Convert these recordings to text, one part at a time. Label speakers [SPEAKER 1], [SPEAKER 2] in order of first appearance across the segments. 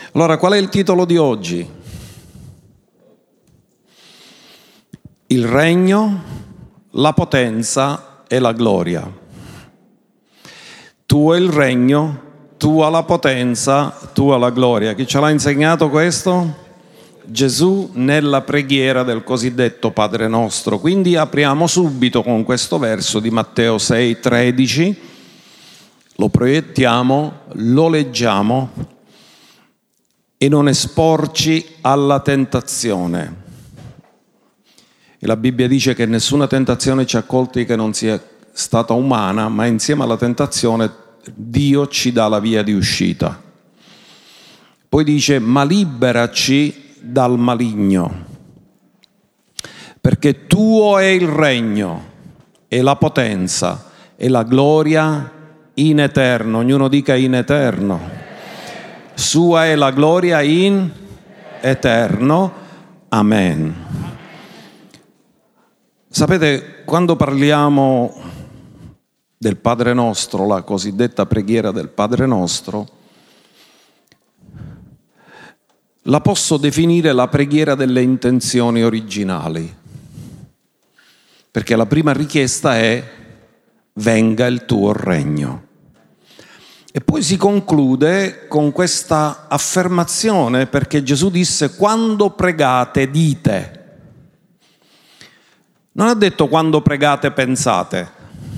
[SPEAKER 1] Allora, qual è il titolo di oggi? Il regno, la potenza e la gloria. Tuo è il regno, tua la potenza, tua la gloria. Chi ce l'ha insegnato questo? Gesù nella preghiera del cosiddetto Padre Nostro. Quindi apriamo subito con questo verso di Matteo 6,13, lo proiettiamo, lo leggiamo e non esporci alla tentazione. E la Bibbia dice che nessuna tentazione ci ha colti che non sia stata umana, ma insieme alla tentazione Dio ci dà la via di uscita. Poi dice: ma liberaci dal maligno, perché tuo è il regno e la potenza e la gloria in eterno. Ognuno dica in eterno. Sua è la gloria in eterno. Amen. Sapete, quando parliamo del Padre Nostro, la cosiddetta preghiera del Padre Nostro, la posso definire la preghiera delle intenzioni originali, perché la prima richiesta è: venga il tuo regno. E poi si conclude con questa affermazione, perché Gesù disse: quando pregate dite. Non ha detto quando pregate pensate.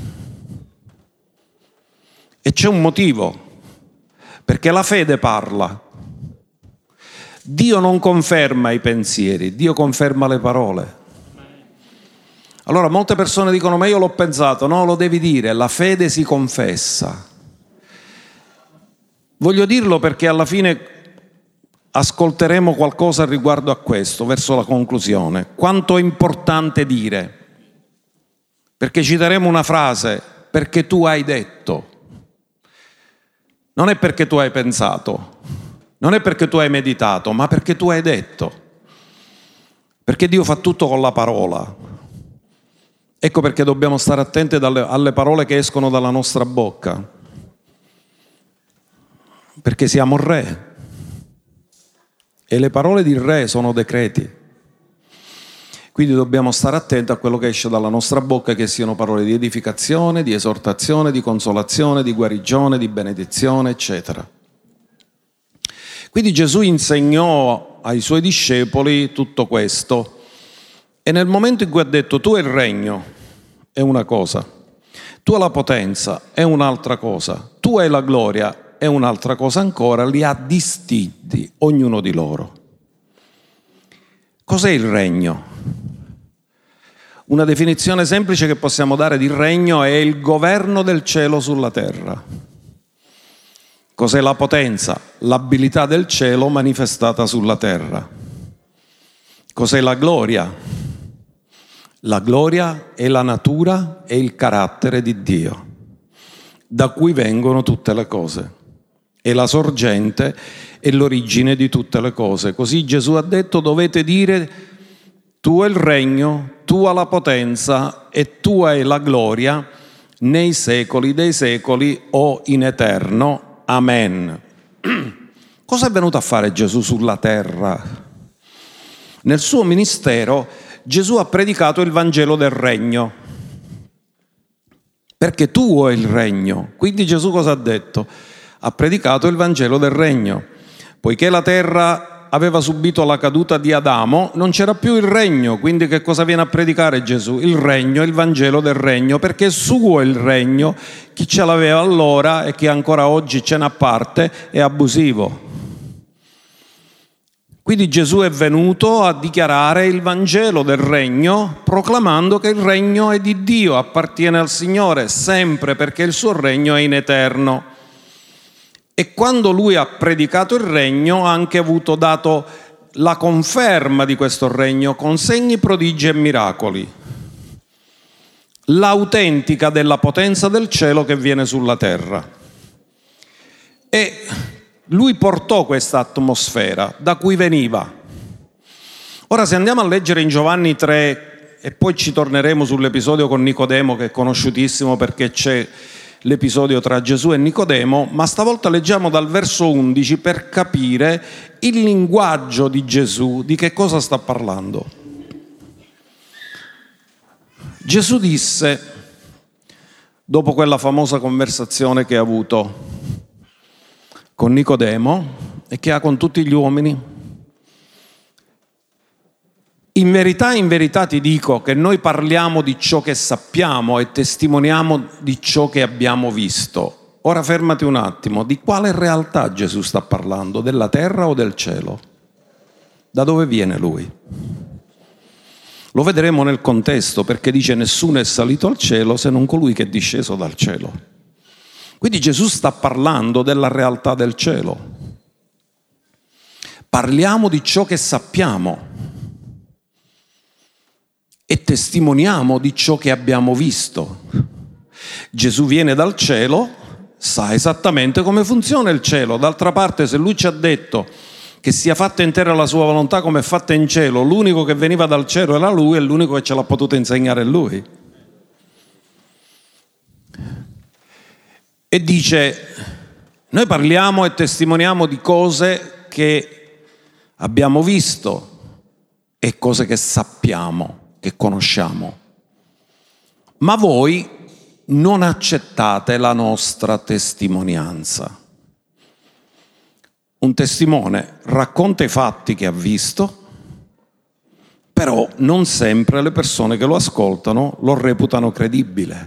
[SPEAKER 1] E c'è un motivo, perché la fede parla. Dio non conferma i pensieri, Dio conferma le parole. Allora molte persone dicono: ma io l'ho pensato. No, lo devi dire, la fede si confessa. Voglio dirlo perché alla fine ascolteremo qualcosa riguardo a questo, verso la conclusione. Quanto è importante dire, perché citeremo una frase: perché tu hai detto. Non è perché tu hai pensato, non è perché tu hai meditato, ma perché tu hai detto. Perché Dio fa tutto con la parola. Ecco perché dobbiamo stare attenti alle parole che escono dalla nostra bocca. Perché siamo re. E le parole di re sono decreti. Quindi dobbiamo stare attenti a quello che esce dalla nostra bocca, che siano parole di edificazione, di esortazione, di consolazione, di guarigione, di benedizione, eccetera. Quindi Gesù insegnò ai suoi discepoli tutto questo, e nel momento in cui ha detto: tu hai il regno, è una cosa, tu hai la potenza, è un'altra cosa, tu hai la gloria, è un'altra cosa ancora, li ha distinti, ognuno di loro. Cos'è il regno? Una definizione semplice che possiamo dare di regno è il governo del cielo sulla terra. Cos'è la potenza? L'abilità del cielo manifestata sulla terra. Cos'è la gloria? La gloria è la natura e il carattere di Dio, da cui vengono tutte le cose. È la sorgente e l'origine di tutte le cose. Così Gesù ha detto: dovete dire: tu hai il regno, tu hai la potenza e tu hai la gloria nei secoli dei secoli o in eterno. Amen. Cosa è venuto a fare Gesù sulla terra? Nel suo ministero Gesù ha predicato il Vangelo del regno, perché tuo è il regno. Quindi Gesù cosa ha detto? Ha predicato il Vangelo del regno. Poiché la terra aveva subito la caduta di Adamo, non c'era più il regno. Quindi che cosa viene a predicare Gesù? Il regno, il Vangelo del regno, perché suo è il regno. Chi ce l'aveva allora e chi ancora oggi ce n'ha parte è abusivo. Quindi Gesù è venuto a dichiarare il Vangelo del regno, proclamando che il regno è di Dio, appartiene al Signore sempre, perché il suo regno è in eterno. E quando lui ha predicato il regno, ha anche avuto dato la conferma di questo regno con segni, prodigi e miracoli. L'autentica della potenza del cielo che viene sulla terra. E lui portò questa atmosfera da cui veniva. Ora, se andiamo a leggere in Giovanni 3, e poi ci torneremo sull'episodio con Nicodemo, che è conosciutissimo perché c'è l'episodio tra Gesù e Nicodemo, ma stavolta leggiamo dal verso 11 per capire il linguaggio di Gesù, di che cosa sta parlando. Gesù disse, dopo quella famosa conversazione che ha avuto con Nicodemo e che ha con tutti gli uomini, in verità ti dico che noi parliamo di ciò che sappiamo e testimoniamo di ciò che abbiamo visto. Ora fermati un attimo, di quale realtà Gesù sta parlando? Della terra o del cielo? Da dove viene lui? Lo vedremo nel contesto, perché dice nessuno è salito al cielo se non colui che è disceso dal cielo. Quindi Gesù sta parlando della realtà del cielo. Parliamo di ciò che sappiamo e testimoniamo di ciò che abbiamo visto. Gesù viene dal cielo, sa esattamente come funziona il cielo. D'altra parte, se lui ci ha detto che sia fatta in terra la sua volontà come è fatta in cielo, l'unico che veniva dal cielo era lui e l'unico che ce l'ha potuto insegnare è lui. E dice, noi parliamo e testimoniamo di cose che abbiamo visto e cose che sappiamo, che conosciamo, ma voi non accettate la nostra testimonianza. Un testimone racconta i fatti che ha visto, però non sempre le persone che lo ascoltano lo reputano credibile.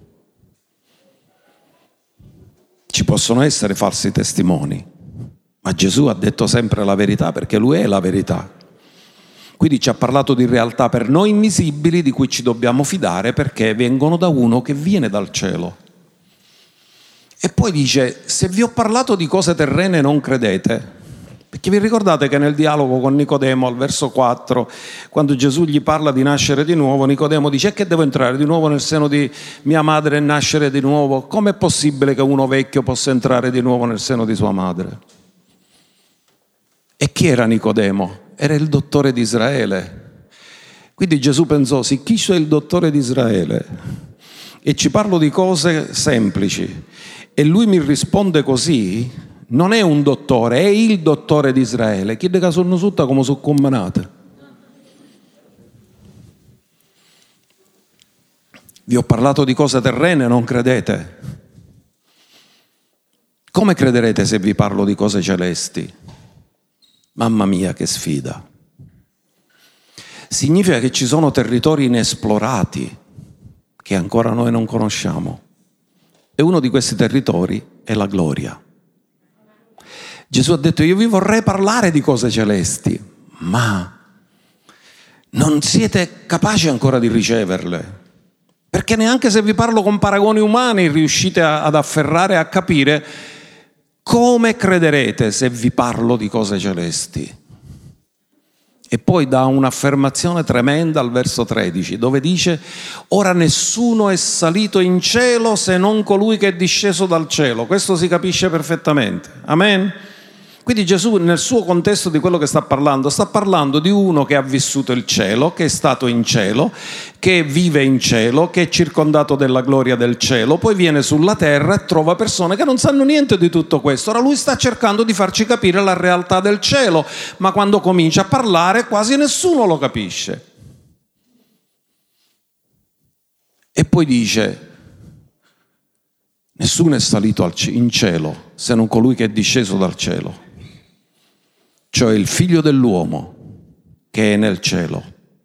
[SPEAKER 1] Ci possono essere falsi testimoni, ma Gesù ha detto sempre la verità perché lui è la verità. Quindi ci ha parlato di realtà per noi invisibili di cui ci dobbiamo fidare perché vengono da uno che viene dal cielo. E poi dice, se vi ho parlato di cose terrene non credete. Perché vi ricordate che nel dialogo con Nicodemo al verso 4, quando Gesù gli parla di nascere di nuovo, Nicodemo dice, che devo entrare di nuovo nel seno di mia madre e nascere di nuovo? Com'è possibile che uno vecchio possa entrare di nuovo nel seno di sua madre? E chi era Nicodemo? Era il dottore di Israele. Quindi Gesù pensò, sì, chi è il dottore di Israele? E ci parlo di cose semplici. E lui mi risponde così, non è un dottore, è il dottore di Israele. Chi che sono tutta come sono combinate. Vi ho parlato di cose terrene, non credete? Come crederete se vi parlo di cose celesti? Mamma mia, che sfida. Significa che ci sono territori inesplorati che ancora noi non conosciamo. E uno di questi territori è la gloria. Gesù ha detto, io vi vorrei parlare di cose celesti, ma non siete capaci ancora di riceverle. Perché neanche se vi parlo con paragoni umani riuscite ad afferrare e a capire come crederete se vi parlo di cose celesti. E poi dà un'affermazione tremenda al verso 13, dove dice, ora nessuno è salito in cielo se non colui che è disceso dal cielo. Questo si capisce perfettamente. Amen? Quindi Gesù nel suo contesto di quello che sta parlando di uno che ha vissuto il cielo, che è stato in cielo, che vive in cielo, che è circondato della gloria del cielo, poi viene sulla terra e trova persone che non sanno niente di tutto questo. Ora lui sta cercando di farci capire la realtà del cielo, ma quando comincia a parlare quasi nessuno lo capisce. E poi dice, nessuno è salito in cielo se non colui che è disceso dal cielo, cioè il figlio dell'uomo che è nel cielo.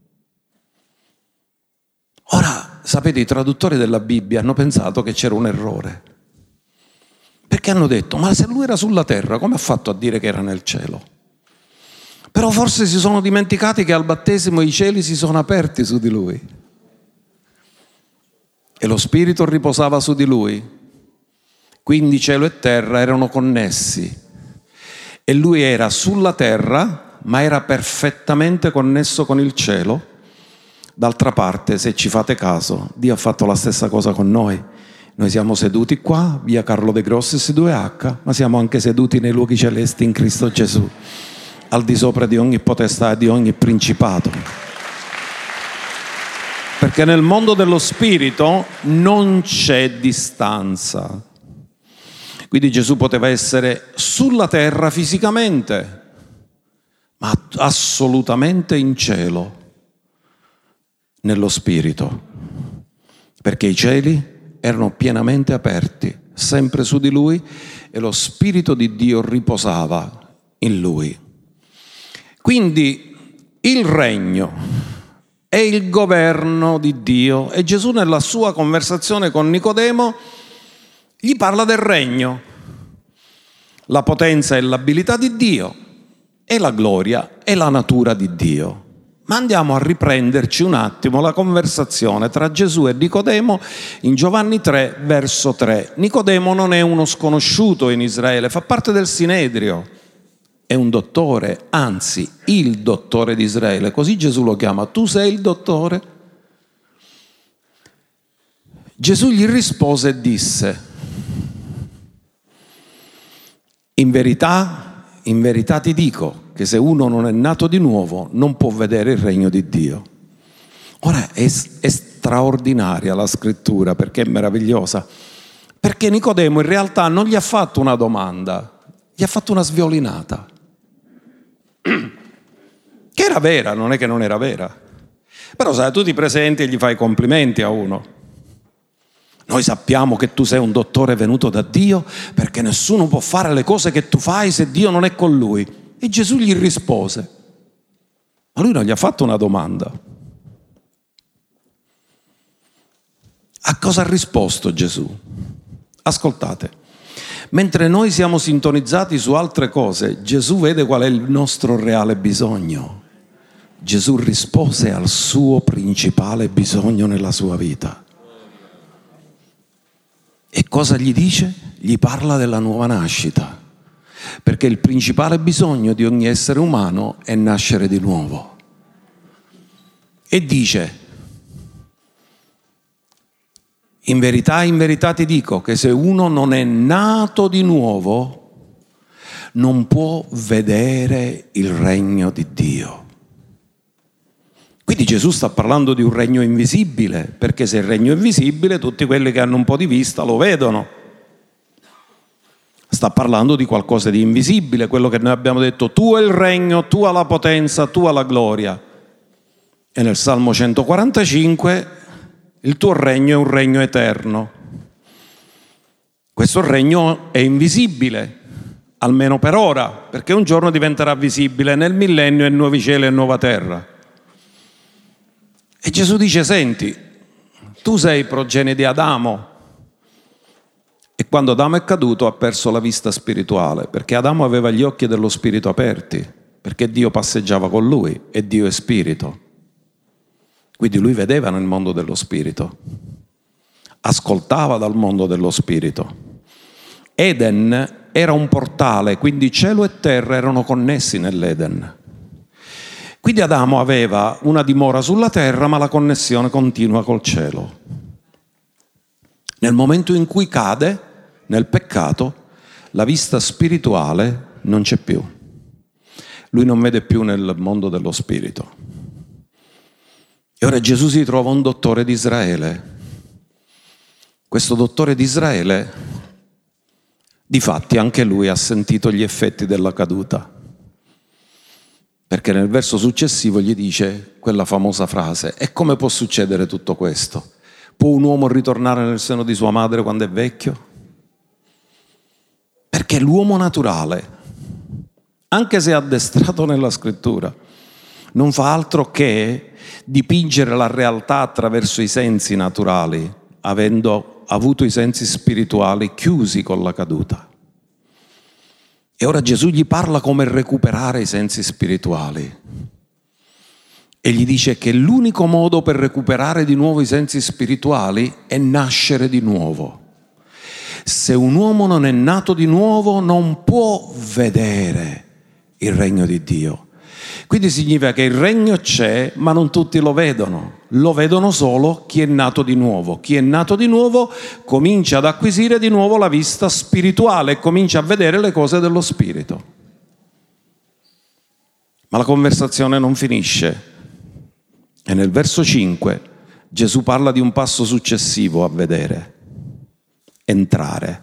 [SPEAKER 1] Ora, sapete, i traduttori della Bibbia hanno pensato che c'era un errore, perché hanno detto, ma se lui era sulla terra, come ha fatto a dire che era nel cielo? Però forse si sono dimenticati che al battesimo i cieli si sono aperti su di lui e lo Spirito riposava su di lui, quindi cielo e terra erano connessi. E lui era sulla terra, ma era perfettamente connesso con il cielo. D'altra parte, se ci fate caso, Dio ha fatto la stessa cosa con noi. Noi siamo seduti qua, via Carlo De Grossis 2H, ma siamo anche seduti nei luoghi celesti in Cristo Gesù, al di sopra di ogni potestà e di ogni principato. Perché nel mondo dello spirito non c'è distanza. Quindi Gesù poteva essere sulla terra fisicamente, ma assolutamente in cielo, nello spirito, perché i cieli erano pienamente aperti, sempre su di lui, e lo Spirito di Dio riposava in lui. Quindi il regno è il governo di Dio, e Gesù nella sua conversazione con Nicodemo gli parla del regno, la potenza e l'abilità di Dio, e la gloria e la natura di Dio. Ma andiamo a riprenderci un attimo la conversazione tra Gesù e Nicodemo in Giovanni 3, verso 3. Nicodemo non è uno sconosciuto in Israele, fa parte del Sinedrio, è un dottore, anzi il dottore di Israele, così Gesù lo chiama. Tu sei il dottore? Gesù gli rispose e disse: in verità ti dico che se uno non è nato di nuovo non può vedere il regno di Dio. Ora è straordinaria la scrittura, perché è meravigliosa, perché Nicodemo in realtà non gli ha fatto una domanda, gli ha fatto una sviolinata, che era vera, non è che non era vera. Però sai, tu ti presenti e gli fai complimenti a uno. Noi sappiamo che tu sei un dottore venuto da Dio, perché nessuno può fare le cose che tu fai se Dio non è con lui. E Gesù gli rispose, ma lui non gli ha fatto una domanda. A cosa ha risposto Gesù? Ascoltate, mentre noi siamo sintonizzati su altre cose, Gesù vede qual è il nostro reale bisogno. Gesù rispose al suo principale bisogno nella sua vita. E cosa gli dice? Gli parla della nuova nascita, perché il principale bisogno di ogni essere umano è nascere di nuovo. E dice: in verità ti dico che se uno non è nato di nuovo non può vedere il regno di Dio. Quindi Gesù sta parlando di un regno invisibile, perché se il regno è visibile tutti quelli che hanno un po' di vista lo vedono. Sta parlando di qualcosa di invisibile, quello che noi abbiamo detto: tu hai il regno, tu hai la potenza, tu hai la gloria. E nel Salmo 145 il tuo regno è un regno eterno. Questo regno è invisibile, almeno per ora, perché un giorno diventerà visibile nel millennio e nuovi cieli e nuova terra. E Gesù dice: senti, tu sei progenie di Adamo, e quando Adamo è caduto ha perso la vista spirituale, perché Adamo aveva gli occhi dello spirito aperti, perché Dio passeggiava con lui e Dio è spirito. Quindi lui vedeva nel mondo dello spirito, ascoltava dal mondo dello spirito. Eden era un portale, quindi cielo e terra erano connessi nell'Eden. Quindi Adamo aveva una dimora sulla terra, ma la connessione continua col cielo. Nel momento in cui cade nel peccato, la vista spirituale non c'è più. Lui non vede più nel mondo dello spirito. E ora Gesù si trova un dottore di Israele. Questo dottore di Israele, difatti, anche lui ha sentito gli effetti della caduta. Perché nel verso successivo gli dice quella famosa frase: e come può succedere tutto questo? Può un uomo ritornare nel seno di sua madre quando è vecchio? Perché l'uomo naturale, anche se addestrato nella scrittura, non fa altro che dipingere la realtà attraverso i sensi naturali, avendo avuto i sensi spirituali chiusi con la caduta. E ora Gesù gli parla come recuperare i sensi spirituali. E gli dice che l'unico modo per recuperare di nuovo i sensi spirituali è nascere di nuovo. Se un uomo non è nato di nuovo non può vedere il regno di Dio. Quindi significa che il regno c'è, ma non tutti lo vedono solo chi è nato di nuovo. Chi è nato di nuovo comincia ad acquisire di nuovo la vista spirituale e comincia a vedere le cose dello spirito. Ma la conversazione non finisce. E nel verso 5 Gesù parla di un passo successivo a vedere: entrare.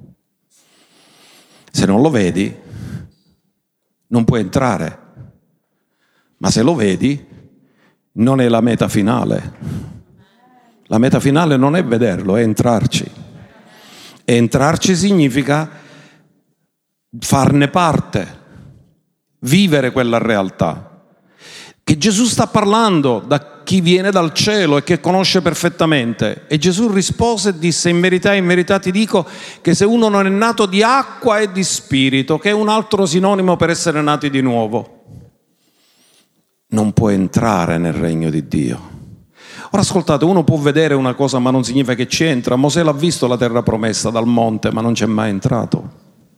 [SPEAKER 1] Se non lo vedi, non puoi entrare, ma se lo vedi, non è la meta finale. La meta finale non è vederlo, è entrarci. E entrarci significa farne parte, vivere quella realtà. Che Gesù sta parlando da chi viene dal cielo e che conosce perfettamente. E Gesù rispose e disse: in verità ti dico che se uno non è nato di acqua e di spirito, che è un altro sinonimo per essere nati di nuovo, non può entrare nel regno di Dio. Ora ascoltate, uno può vedere una cosa ma non significa che ci entra. Mosè l'ha visto la terra promessa dal monte, ma non c'è mai entrato.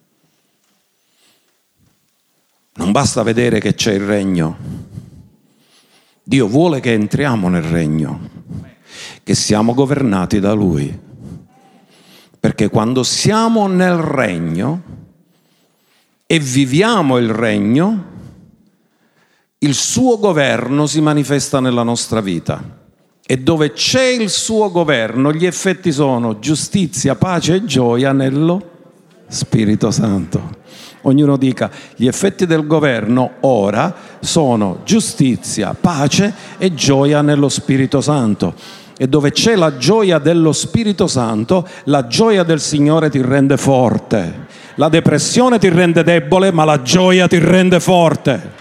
[SPEAKER 1] Non basta vedere che c'è il regno. Dio vuole che entriamo nel regno, che siamo governati da Lui. Perché quando siamo nel regno e viviamo il regno, il suo governo si manifesta nella nostra vita. E dove c'è il suo governo, gli effetti sono giustizia, pace e gioia nello Spirito Santo. Ognuno dica: gli effetti del governo ora sono giustizia, pace e gioia nello Spirito Santo. E dove c'è la gioia dello Spirito Santo, la gioia del Signore ti rende forte. La depressione ti rende debole, ma la gioia ti rende forte.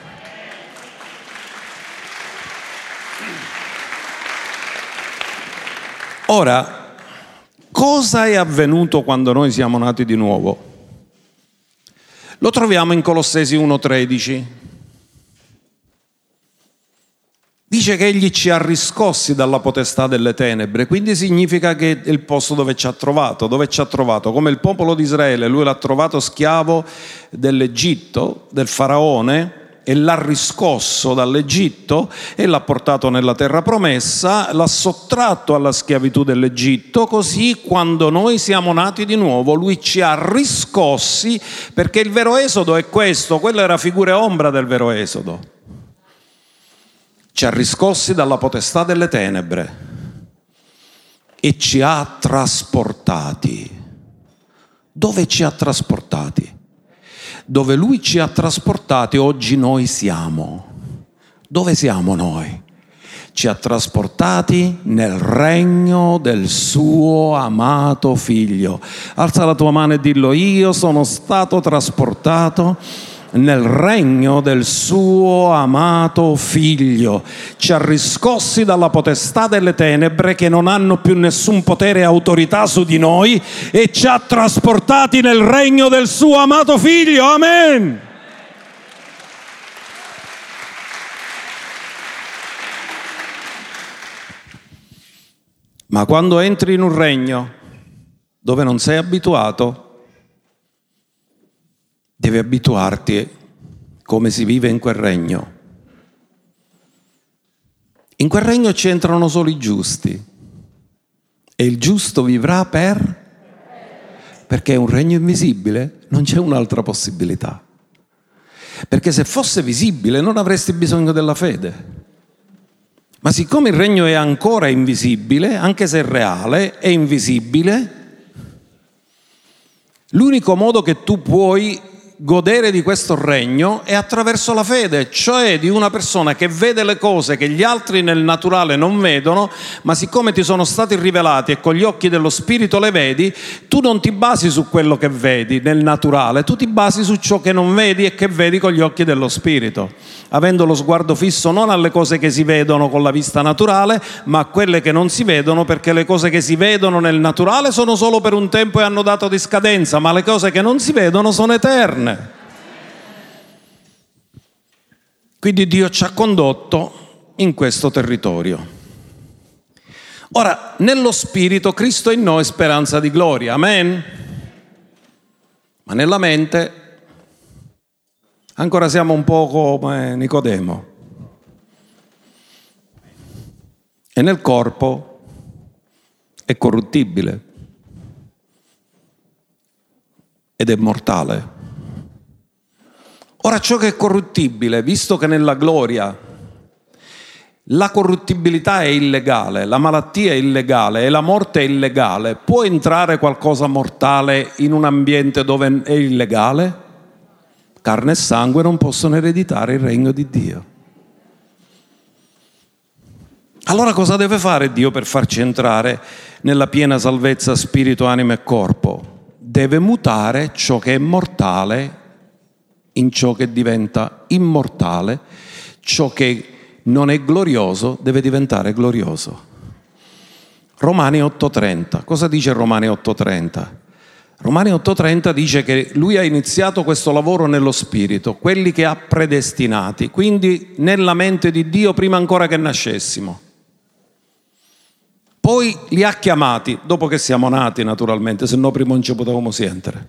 [SPEAKER 1] Ora, cosa è avvenuto quando noi siamo nati di nuovo? Lo troviamo in Colossesi 1,13. Dice che Egli ci ha riscossi dalla potestà delle tenebre, quindi significa che è il posto dove ci ha trovato. Dove ci ha trovato? Come il popolo di Israele, Lui l'ha trovato schiavo dell'Egitto, del faraone, e l'ha riscosso dall'Egitto e l'ha portato nella terra promessa, l'ha sottratto alla schiavitù dell'Egitto. Così quando noi siamo nati di nuovo, Lui ci ha riscossi, perché il vero esodo è questo. Quello era figura e ombra del vero esodo. Ci ha riscossi dalla potestà delle tenebre e ci ha trasportati. Dove ci ha trasportati? Dove Lui ci ha trasportati, oggi noi siamo. Dove siamo noi? Ci ha trasportati nel regno del suo amato Figlio. Alza la tua mano e dillo: io sono stato trasportato nel regno del suo amato Figlio. Ci ha riscossi dalla potestà delle tenebre, che non hanno più nessun potere e autorità su di noi, e ci ha trasportati nel regno del suo amato Figlio. Amen. Ma quando entri in un regno dove non sei abituato, devi abituarti come si vive in quel regno. In quel regno ci entrano solo i giusti, e il giusto vivrà perché è un regno invisibile, non c'è un'altra possibilità. Perché se fosse visibile non avresti bisogno della fede. Ma siccome il regno è ancora invisibile, anche se è reale, è invisibile, l'unico modo che tu puoi godere di questo regno è attraverso la fede, cioè di una persona che vede le cose che gli altri nel naturale non vedono, ma siccome ti sono stati rivelati e con gli occhi dello Spirito le vedi, tu non ti basi su quello che vedi nel naturale, tu ti basi su ciò che non vedi e che vedi con gli occhi dello Spirito, avendo lo sguardo fisso non alle cose che si vedono con la vista naturale, ma a quelle che non si vedono, perché le cose che si vedono nel naturale sono solo per un tempo e hanno dato di scadenza, ma le cose che non si vedono sono eterne. Quindi Dio ci ha condotto in questo territorio. Ora, nello Spirito Cristo in noi, speranza di gloria, amen? Ma nella mente ancora siamo un po' come Nicodemo. E nel corpo è corruttibile ed è mortale. Ora, ciò che è corruttibile, visto che nella gloria La corruttibilità è illegale, la malattia è illegale e la morte è illegale. Può entrare qualcosa mortale in un ambiente dove è illegale? Carne e sangue non possono ereditare il regno di Dio. Allora cosa deve fare Dio per farci entrare nella piena salvezza spirito, anima e corpo? Deve mutare ciò che è mortale in ciò che diventa immortale, ciò che non è glorioso deve diventare glorioso. Romani 8:30. Cosa dice Romani 8:30? Romani 8:30 dice che lui ha iniziato questo lavoro nello Spirito, quelli che ha predestinati, quindi nella mente di Dio prima ancora che nascessimo. Poi li ha chiamati, dopo che siamo nati naturalmente, se no prima non ci potevamo sentire.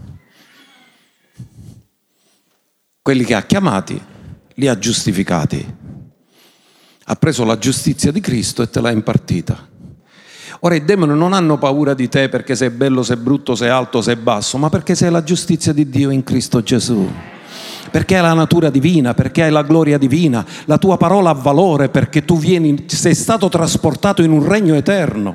[SPEAKER 1] Quelli che ha chiamati, li ha giustificati. Ha preso la giustizia di Cristo e te l'ha impartita. Ora i demoni non hanno paura di te perché sei bello, sei brutto, sei alto, sei basso, ma perché sei la giustizia di Dio in Cristo Gesù. Perché hai la natura divina, perché hai la gloria divina, la tua parola ha valore perché tu sei stato trasportato in un regno eterno.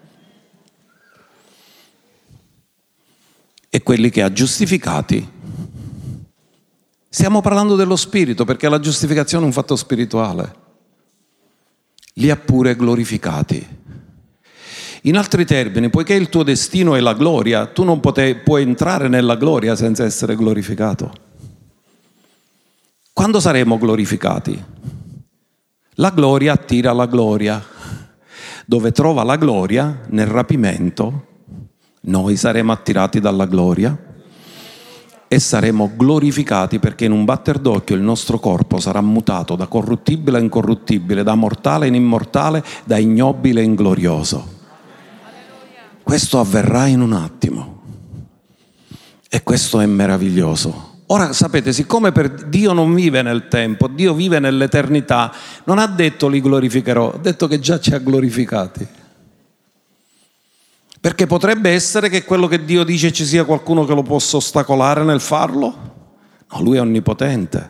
[SPEAKER 1] E quelli che ha giustificati, stiamo parlando dello spirito perché la giustificazione è un fatto spirituale, li ha pure glorificati. In altri termini, poiché il tuo destino è la gloria, tu non puoi entrare nella gloria senza essere glorificato. Quando saremo glorificati? La gloria attira la gloria. Dove trova la gloria, nel rapimento, noi saremo attirati dalla gloria e saremo glorificati perché in un batter d'occhio il nostro corpo sarà mutato da corruttibile a incorruttibile, da mortale in immortale, da ignobile in glorioso. Questo avverrà in un attimo e questo è meraviglioso. Ora sapete, siccome per Dio non vive nel tempo, Dio vive nell'eternità, non ha detto li glorificherò, ha detto che già ci ha glorificati. Perché potrebbe essere che quello che Dio dice ci sia qualcuno che lo possa ostacolare nel farlo? No, Lui è onnipotente.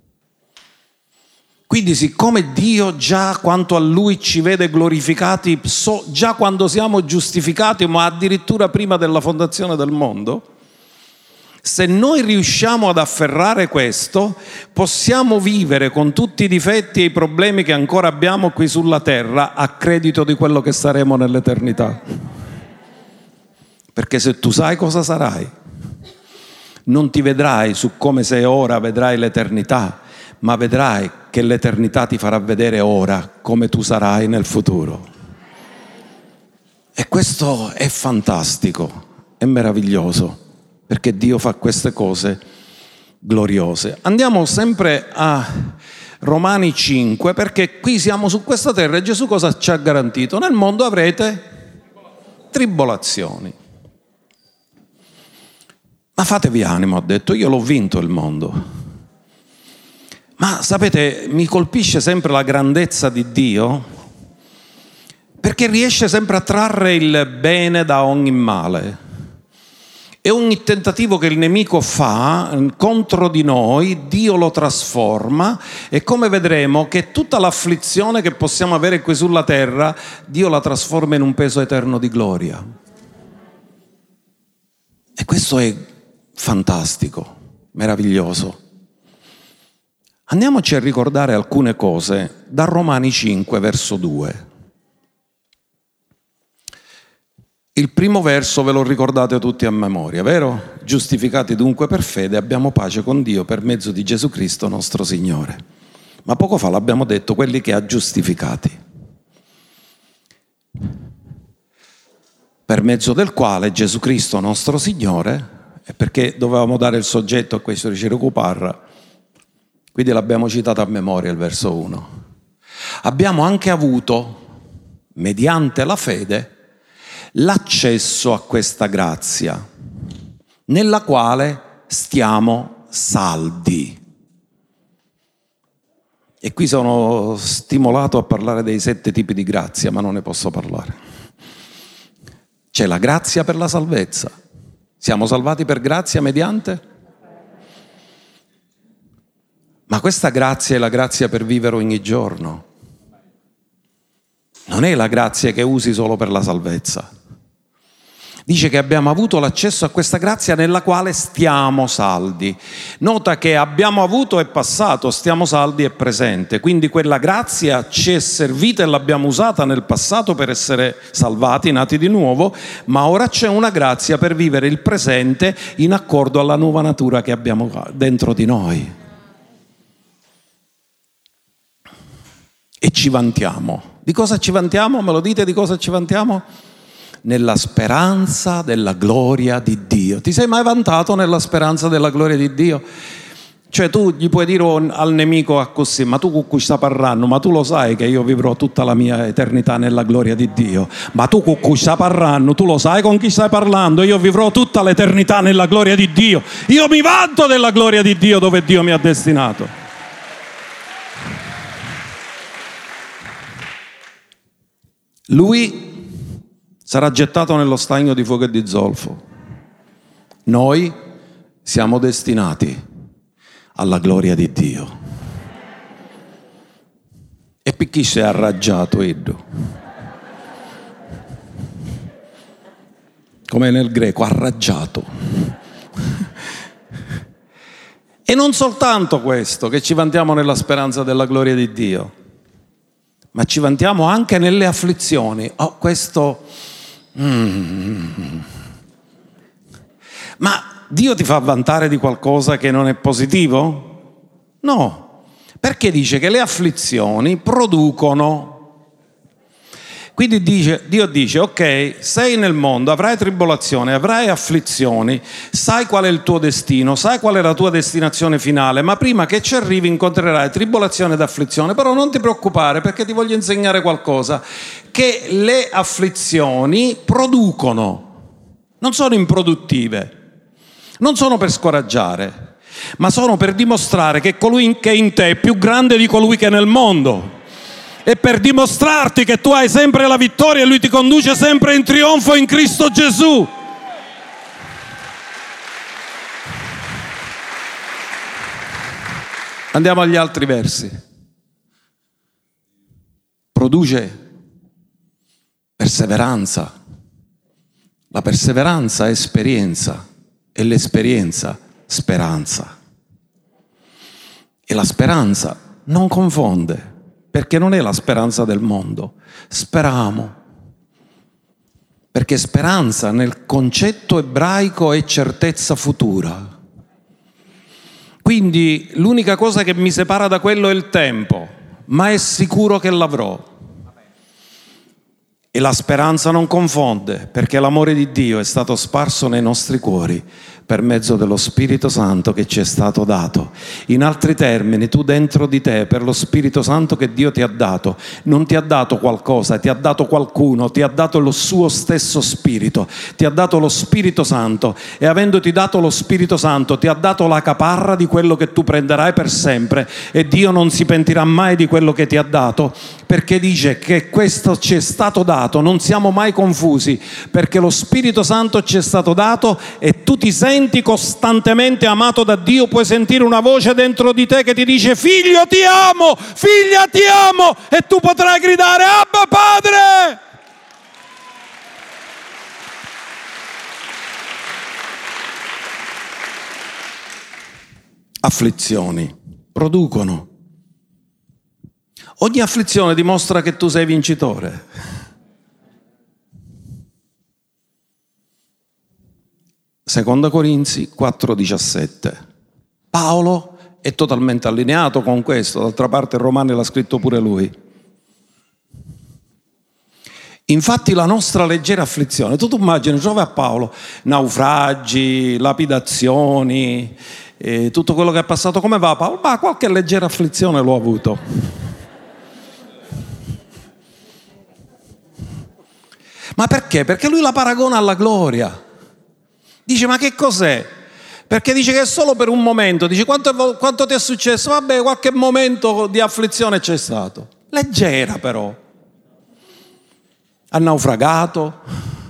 [SPEAKER 1] Quindi siccome Dio già quanto a Lui ci vede glorificati, già quando siamo giustificati, ma addirittura prima della fondazione del mondo, se noi riusciamo ad afferrare questo, possiamo vivere con tutti i difetti e i problemi che ancora abbiamo qui sulla terra a credito di quello che saremo nell'eternità. Perché se tu sai cosa sarai, non ti vedrai su come sei ora, vedrai l'eternità, ma vedrai che l'eternità ti farà vedere ora come tu sarai nel futuro. E questo è fantastico, è meraviglioso, perché Dio fa queste cose gloriose. Andiamo sempre a Romani 5, perché qui siamo su questa terra e Gesù cosa ci ha garantito? Nel mondo avrete tribolazioni. Ma fatevi animo, ha detto, io l'ho vinto il mondo. Ma sapete, mi colpisce sempre la grandezza di Dio, perché riesce sempre a trarre il bene da ogni male. E ogni tentativo che il nemico fa contro di noi, Dio lo trasforma, e come vedremo che tutta l'afflizione che possiamo avere qui sulla terra, Dio la trasforma in un peso eterno di gloria. E questo è fantastico, meraviglioso. Andiamoci a ricordare alcune cose da Romani 5, verso 2. Il primo verso ve lo ricordate tutti a memoria, vero? Giustificati dunque per fede abbiamo pace con Dio per mezzo di Gesù Cristo nostro Signore. Ma poco fa l'abbiamo detto, quelli che ha giustificati. Per mezzo del quale Gesù Cristo nostro Signore, e perché dovevamo dare il soggetto a questo, dice Recuparra, quindi l'abbiamo citato a memoria il verso 1. Abbiamo anche avuto, mediante la fede, l'accesso a questa grazia, nella quale stiamo saldi. E qui sono stimolato a parlare dei 7 tipi di grazia, ma non ne posso parlare. C'è la grazia per la salvezza. Siamo salvati per grazia mediante? Ma questa grazia è la grazia per vivere ogni giorno. non è la grazia che usi solo per la salvezza. Dice che abbiamo avuto l'accesso a questa grazia nella quale stiamo saldi. Nota che abbiamo avuto è passato, stiamo saldi è presente. Quindi quella grazia ci è servita e l'abbiamo usata nel passato per essere salvati, nati di nuovo, ma ora c'è una grazia per vivere il presente in accordo alla nuova natura che abbiamo dentro di noi. E ci vantiamo. Di cosa ci vantiamo? Me lo dite di cosa ci vantiamo? Nella speranza della gloria di Dio. Ti sei mai vantato nella speranza della gloria di Dio? Cioè tu gli puoi dire al nemico così, ma tu con cui stai parlando, ma tu lo sai che io vivrò tutta la mia eternità nella gloria di Dio, ma tu con cui stai parlando, tu lo sai con chi stai parlando, io vivrò tutta l'eternità nella gloria di Dio, io mi vanto della gloria di Dio dove Dio mi ha destinato. Lui sarà gettato nello stagno di fuoco e di zolfo. Noi siamo destinati alla gloria di Dio. E per chi si è arraggiato, Edo? Come nel greco, arraggiato. E non soltanto questo, che ci vantiamo nella speranza della gloria di Dio, ma ci vantiamo anche nelle afflizioni. Oh, questo... Ma Dio ti fa vantare di qualcosa che non è positivo? No, perché dice che le afflizioni producono. Quindi Dio dice, ok, sei nel mondo, avrai tribolazione, avrai afflizioni, sai qual è il tuo destino, sai qual è la tua destinazione finale, ma prima che ci arrivi incontrerai tribolazione ed afflizione, però non ti preoccupare perché ti voglio insegnare qualcosa, che le afflizioni producono, non sono improduttive, non sono per scoraggiare, ma sono per dimostrare che colui che è in te è più grande di colui che è nel mondo. E per dimostrarti che tu hai sempre la vittoria e Lui ti conduce sempre in trionfo in Cristo Gesù. Andiamo agli altri versi. Produce perseveranza. La perseveranza è esperienza e l'esperienza speranza. E la speranza non confonde. Perché non è la speranza del mondo, speriamo. Perché speranza nel concetto ebraico è certezza futura. Quindi l'unica cosa che mi separa da quello è il tempo, ma è sicuro che l'avrò. E la speranza non confonde, perché l'amore di Dio è stato sparso nei nostri cuori per mezzo dello Spirito Santo che ci è stato dato. In altri termini, tu dentro di te, per lo Spirito Santo che Dio ti ha dato, non ti ha dato qualcosa, ti ha dato qualcuno, ti ha dato lo suo stesso Spirito, ti ha dato lo Spirito Santo, e avendoti dato lo Spirito Santo ti ha dato la caparra di quello che tu prenderai per sempre, e Dio non si pentirà mai di quello che ti ha dato, perché dice che questo ci è stato dato, non siamo mai confusi, perché lo Spirito Santo ci è stato dato e tu ti senti costantemente amato da Dio, puoi sentire una voce dentro di te che ti dice figlio ti amo, figlia ti amo, e tu potrai gridare Abba Padre. Afflizioni producono. Ogni afflizione dimostra che tu sei vincitore. Seconda Corinzi 4,17. Paolo è totalmente allineato con questo, d'altra parte in Romani l'ha scritto pure lui. Infatti la nostra leggera afflizione, tu immagini, trovi a Paolo naufragi, lapidazioni, tutto quello che è passato, come va Paolo? Ma qualche leggera afflizione l'ho avuto. Ma perché? Perché lui la paragona alla gloria. Dice, ma che cos'è? Perché dice che è solo per un momento. Dice, quanto ti è successo? Vabbè, qualche momento di afflizione c'è stato. Leggera però. Ha naufragato,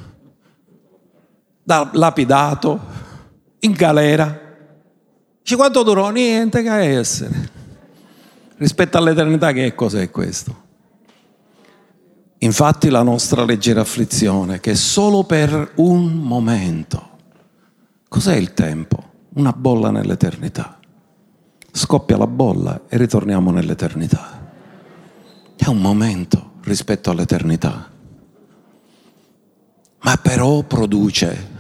[SPEAKER 1] lapidato, in galera. Dice, quanto durò? Niente, che essere. Rispetto all'eternità, che cos'è questo? Infatti la nostra leggera afflizione, che è solo per un momento. Cos'è il tempo? Una bolla nell'eternità. Scoppia la bolla e ritorniamo nell'eternità. È un momento rispetto all'eternità. Ma però produce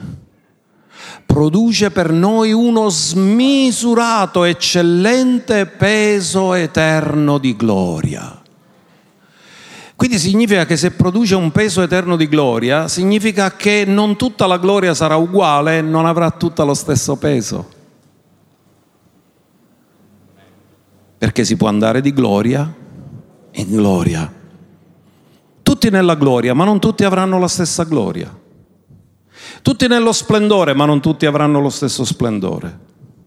[SPEAKER 1] per noi uno smisurato, eccellente peso eterno di gloria. Quindi significa che se produce un peso eterno di gloria, significa che non tutta la gloria sarà uguale, non avrà tutta lo stesso peso. Perché si può andare di gloria in gloria. Tutti nella gloria, ma non tutti avranno la stessa gloria. Tutti nello splendore, ma non tutti avranno lo stesso splendore.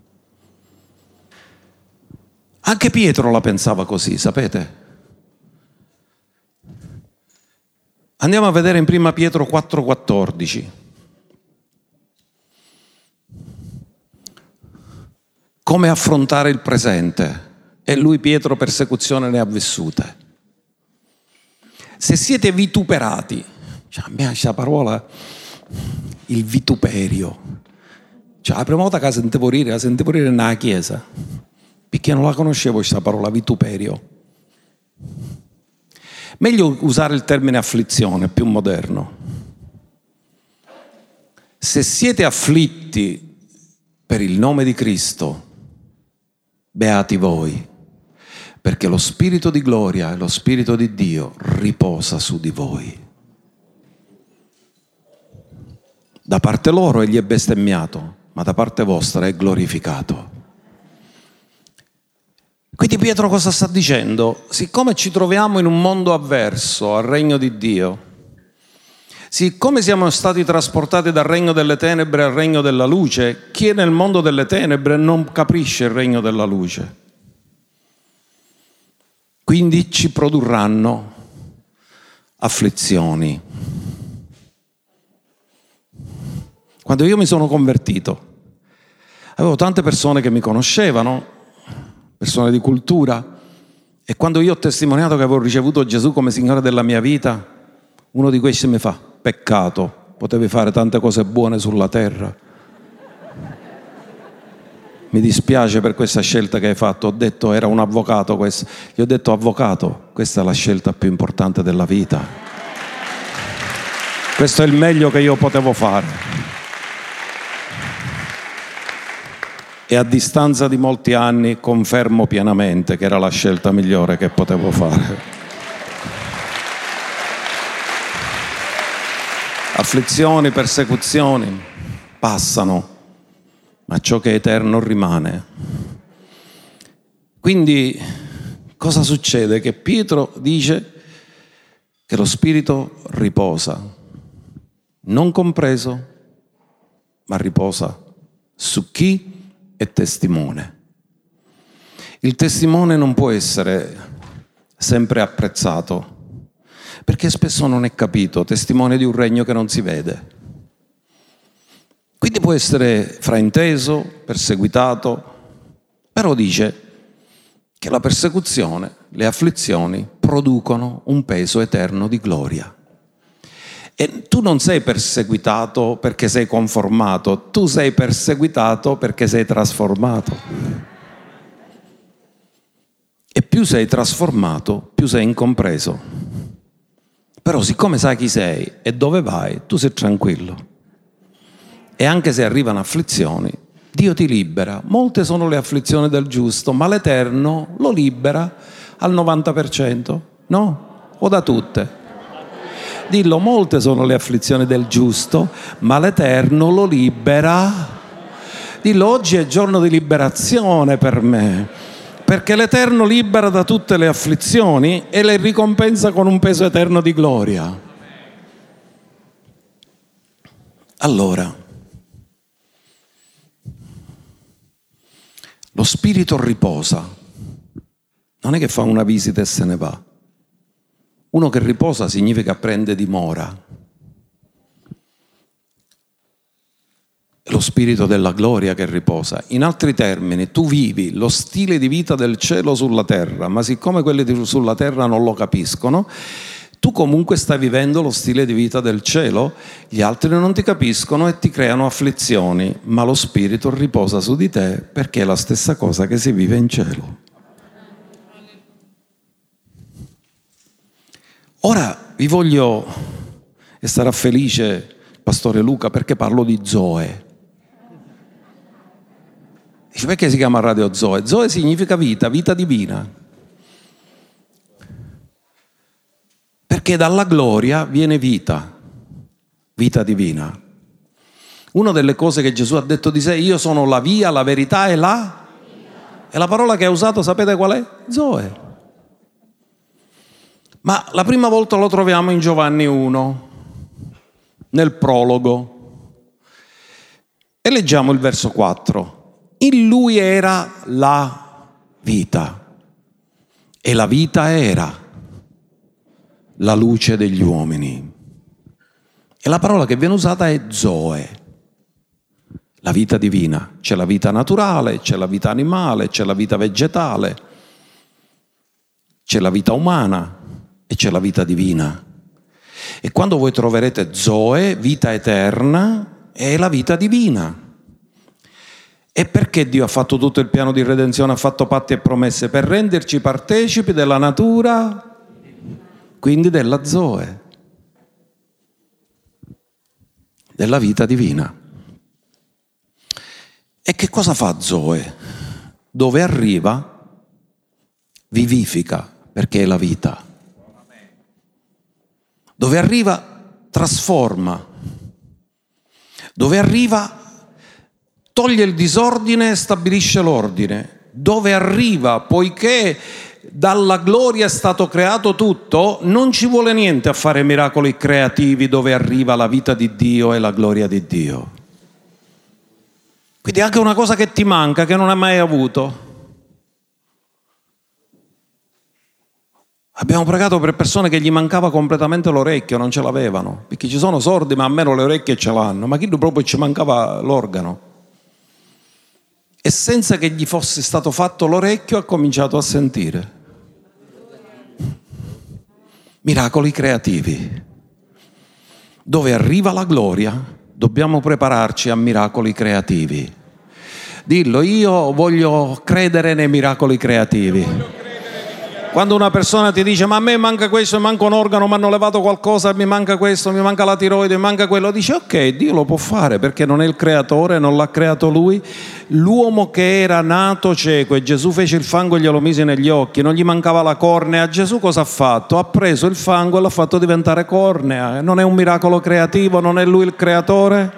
[SPEAKER 1] Anche Pietro la pensava così, sapete? Andiamo a vedere in 1 Pietro 4,14. Come affrontare il presente. E lui, Pietro, persecuzione ne ha vissute. Se siete vituperati, a me questa parola, il vituperio, la prima volta che la sentivo dire nella chiesa, perché non la conoscevo questa parola, vituperio. Meglio usare il termine afflizione, più moderno. Se siete afflitti per il nome di Cristo, beati voi, perché lo Spirito di gloria e lo Spirito di Dio riposa su di voi. Da parte loro egli è bestemmiato, ma da parte vostra è glorificato. Quindi Pietro cosa sta dicendo? Siccome ci troviamo in un mondo avverso al regno di Dio, siccome siamo stati trasportati dal regno delle tenebre al regno della luce, chi è nel mondo delle tenebre non capisce il regno della luce. Quindi ci produrranno afflizioni. Quando io mi sono convertito, avevo tante persone che mi conoscevano, persone di cultura, e quando io ho testimoniato che avevo ricevuto Gesù come Signore della mia vita, uno di questi mi fa: peccato, potevi fare tante cose buone sulla terra. Mi dispiace per questa scelta che hai fatto. Ho detto, era un avvocato questo. Gli ho detto: avvocato, questa è la scelta più importante della vita. Questo è il meglio che io potevo fare. E a distanza di molti anni confermo pienamente che era la scelta migliore che potevo fare. Afflizioni, persecuzioni passano, ma ciò che è eterno rimane. Quindi cosa succede? Che Pietro dice che lo Spirito riposa, non compreso, ma riposa su chi è testimone. Il testimone non può essere sempre apprezzato, perché spesso non è capito, testimone di un regno che non si vede. Quindi può essere frainteso, perseguitato, però dice che la persecuzione, le afflizioni producono un peso eterno di gloria. E tu non sei perseguitato perché sei conformato, tu sei perseguitato perché sei trasformato. E più sei trasformato, più sei incompreso. Però siccome sai chi sei e dove vai, tu sei tranquillo. E anche se arrivano afflizioni, Dio ti libera. Molte sono le afflizioni del giusto, ma l'Eterno lo libera al 90%, no? O da tutte? Dillo, molte sono le afflizioni del giusto, ma l'Eterno lo libera. Dillo, oggi è giorno di liberazione per me, perché l'Eterno libera da tutte le afflizioni e le ricompensa con un peso eterno di gloria. Allora, lo Spirito riposa, non è che fa una visita e se ne va. Uno che riposa significa prende dimora. È lo Spirito della gloria che riposa. In altri termini, tu vivi lo stile di vita del cielo sulla terra, ma siccome quelli sulla terra non lo capiscono, Tu comunque stai vivendo lo stile di vita del cielo, gli altri non ti capiscono e ti creano afflizioni, ma lo Spirito riposa su di te perché è la stessa cosa che si vive in cielo. Ora vi voglio, e sarà felice il pastore Luca perché parlo di Zoe. Dice, perché si chiama Radio Zoe? Zoe significa vita, vita divina. Perché dalla gloria viene vita, vita divina. Una delle cose che Gesù ha detto di sé, io sono la via, la verità e la... E la parola che ha usato, sapete qual è? Zoe. Ma la prima volta lo troviamo in Giovanni 1, nel prologo. E leggiamo il verso 4. In lui era la vita, e la vita era la luce degli uomini. E la parola che viene usata è Zoe, la vita divina. C'è la vita naturale, c'è la vita animale, c'è la vita vegetale, c'è la vita umana e c'è la vita divina. E quando voi troverete Zoe, vita eterna, è la vita divina. E perché Dio ha fatto tutto il piano di redenzione, ha fatto patti e promesse? Per renderci partecipi della natura, quindi della Zoe, della vita divina. E che cosa fa Zoe? Dove arriva, vivifica, perché è la vita. Dove arriva, trasforma. Dove arriva, toglie il disordine e stabilisce l'ordine. Dove arriva, poiché dalla gloria è stato creato tutto, non ci vuole niente a fare miracoli creativi dove arriva la vita di Dio e la gloria di Dio. Quindi anche una cosa che ti manca, che non hai mai avuto. Abbiamo pregato per persone che gli mancava completamente l'orecchio, non ce l'avevano, perché ci sono sordi ma almeno le orecchie ce l'hanno, ma chi proprio ci mancava l'organo. E senza che gli fosse stato fatto l'orecchio ha cominciato a sentire. Miracoli creativi. Dove arriva la gloria, dobbiamo prepararci a miracoli creativi. Dillo, io voglio credere nei miracoli creativi. Quando una persona ti dice, ma a me manca questo, mi manca un organo, mi hanno levato qualcosa, mi manca questo, mi manca la tiroide, mi manca quello, dice ok, Dio lo può fare perché non è il creatore, non l'ha creato lui. L'uomo che era nato cieco e Gesù fece il fango e glielo mise negli occhi, non gli mancava la cornea, Gesù cosa ha fatto? Ha preso il fango e l'ha fatto diventare cornea. Non è un miracolo creativo, non è lui il creatore?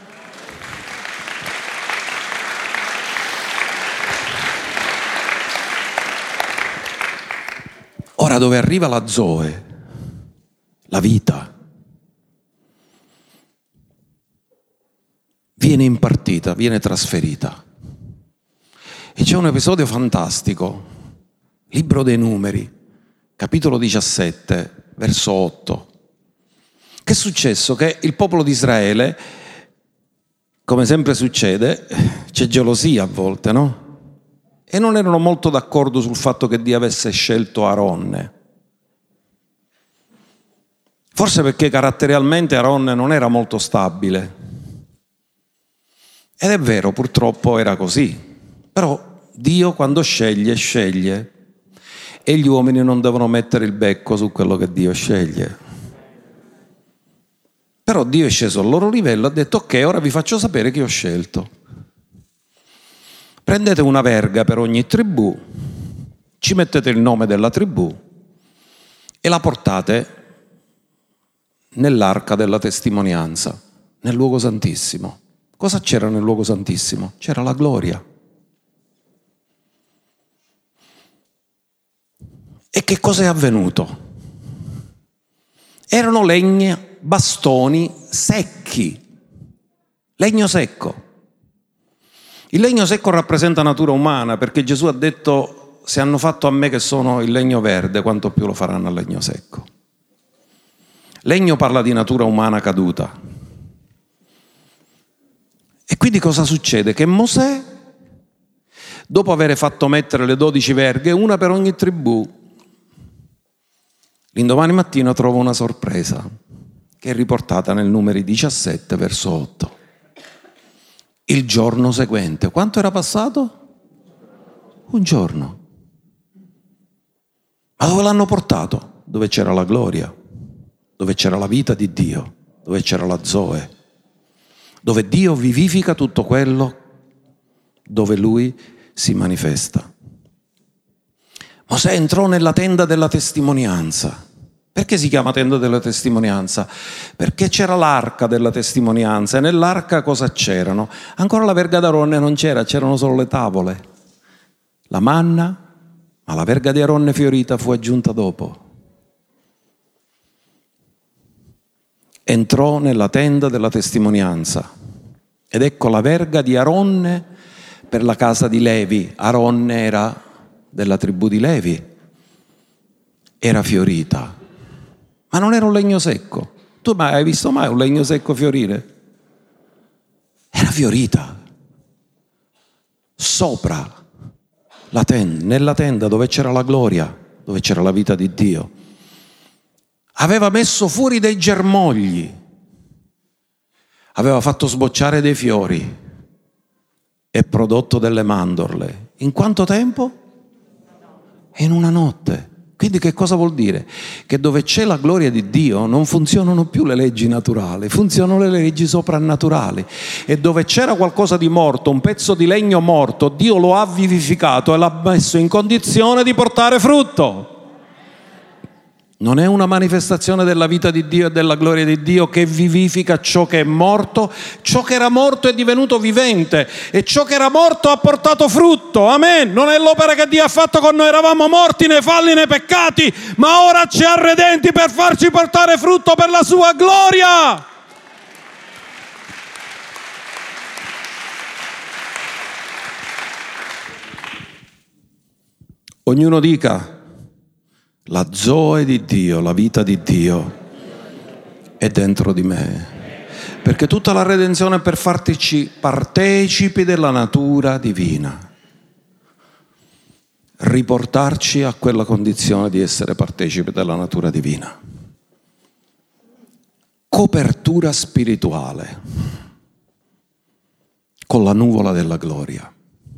[SPEAKER 1] Ora dove arriva la Zoe, la vita, viene impartita, viene trasferita. E c'è un episodio fantastico, Libro dei Numeri, capitolo 17, verso 8. Che è successo? Che il popolo di Israele, come sempre succede, c'è gelosia a volte, no? E non erano molto d'accordo sul fatto che Dio avesse scelto Aronne. Forse perché caratterialmente Aronne non era molto stabile. Ed è vero, purtroppo era così. Però Dio quando sceglie, sceglie. E gli uomini non devono mettere il becco su quello che Dio sceglie. Però Dio è sceso al loro livello e ha detto ok, ora vi faccio sapere che ho scelto. Prendete una verga per ogni tribù, ci mettete il nome della tribù e la portate nell'arca della testimonianza, nel luogo santissimo. Cosa c'era nel luogo santissimo? C'era la gloria. E che cosa è avvenuto? Erano legna, bastoni secchi, legno secco. Il legno secco rappresenta natura umana, perché Gesù ha detto, se hanno fatto a me che sono il legno verde, quanto più lo faranno al legno secco. Legno parla di natura umana caduta. E quindi cosa succede? Che Mosè, dopo aver fatto mettere le 12 verghe, una per ogni tribù, L'indomani mattina trovo una sorpresa che è riportata nel Numeri 17, verso 8. Il giorno seguente, quanto era passato? Un giorno. Ma dove l'hanno portato? Dove c'era la gloria, dove c'era la vita di Dio, dove c'era la Zoe, dove Dio vivifica tutto quello dove Lui si manifesta. Mosè entrò nella tenda della testimonianza. Perché si chiama tenda della testimonianza? Perché c'era l'arca della testimonianza e nell'arca cosa c'erano? Ancora la verga d'Aronne non c'era, c'erano solo le tavole, la manna, ma la verga di Aronne fiorita fu aggiunta dopo. Entrò nella tenda della testimonianza ed ecco la verga di Aronne per la casa di Levi. Aronne era della tribù di Levi, era fiorita, ma non era un legno secco. Tu hai visto mai un legno secco fiorire? Era fiorita sopra la tenda, nella tenda dove c'era la gloria, dove c'era la vita di Dio. Aveva messo fuori dei germogli, aveva fatto sbocciare dei fiori e prodotto delle mandorle. In quanto tempo? In una notte. Quindi che cosa vuol dire? Che dove c'è la gloria di Dio non funzionano più le leggi naturali, funzionano le leggi soprannaturali. E dove c'era qualcosa di morto, un pezzo di legno morto, Dio lo ha vivificato e l'ha messo in condizione di portare frutto. Non è una manifestazione della vita di Dio e della gloria di Dio che vivifica ciò che è morto? Ciò che era morto è divenuto vivente e ciò che era morto ha portato frutto. Amen. Non è l'opera che Dio ha fatto con noi, eravamo morti nei falli, nei peccati, ma ora ci ha redenti per farci portare frutto per la sua gloria. Ognuno dica: la Zoe di Dio, la vita di Dio è dentro di me. Perché tutta la redenzione è per farci partecipi della natura divina. Riportarci a quella condizione di essere partecipi della natura divina. Copertura spirituale con la nuvola della gloria.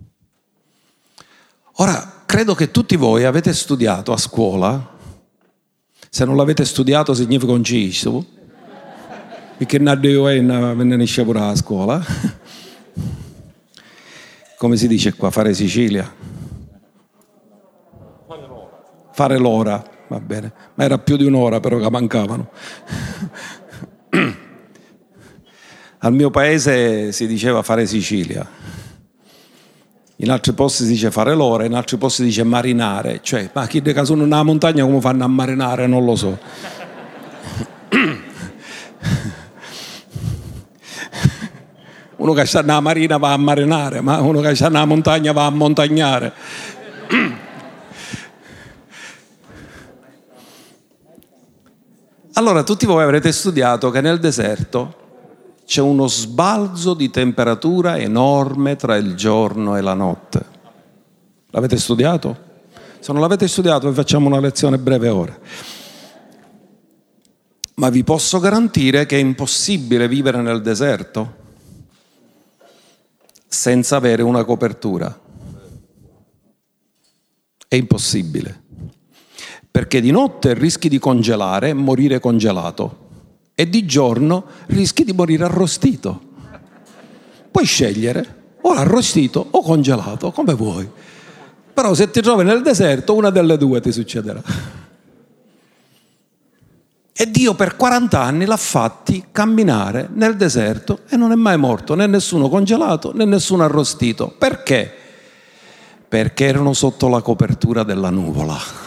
[SPEAKER 1] Ora, credo che tutti voi avete studiato a scuola. Se non l'avete studiato significa un ciso, perché io ne esce pure a scuola. Come si dice qua, fare Sicilia? Fare l'ora, va bene. Ma era più di un'ora però che mancavano. Al mio paese si diceva fare Sicilia. In altri posti si dice fare l'ora, in altri posti si dice marinare. Cioè, ma chi che sono nella montagna come fanno a marinare? Non lo so. Uno che sta nella marina va a marinare, ma uno che sta nella montagna va a montagnare. Allora, tutti voi avrete studiato che nel deserto c'è uno sbalzo di temperatura enorme tra il giorno e la notte. L'avete studiato? Se non l'avete studiato vi facciamo una lezione breve ora. Ma vi posso garantire che è impossibile vivere nel deserto senza avere una copertura. È impossibile. Perché di notte rischi di congelare e morire congelato. E di giorno rischi di morire arrostito. Puoi scegliere o arrostito o congelato, come vuoi. Però se ti trovi nel deserto, una delle due ti succederà. E Dio per 40 anni l'ha fatti camminare nel deserto e non è mai morto, né nessuno congelato né nessuno arrostito. Perché? Perché erano sotto la copertura della nuvola.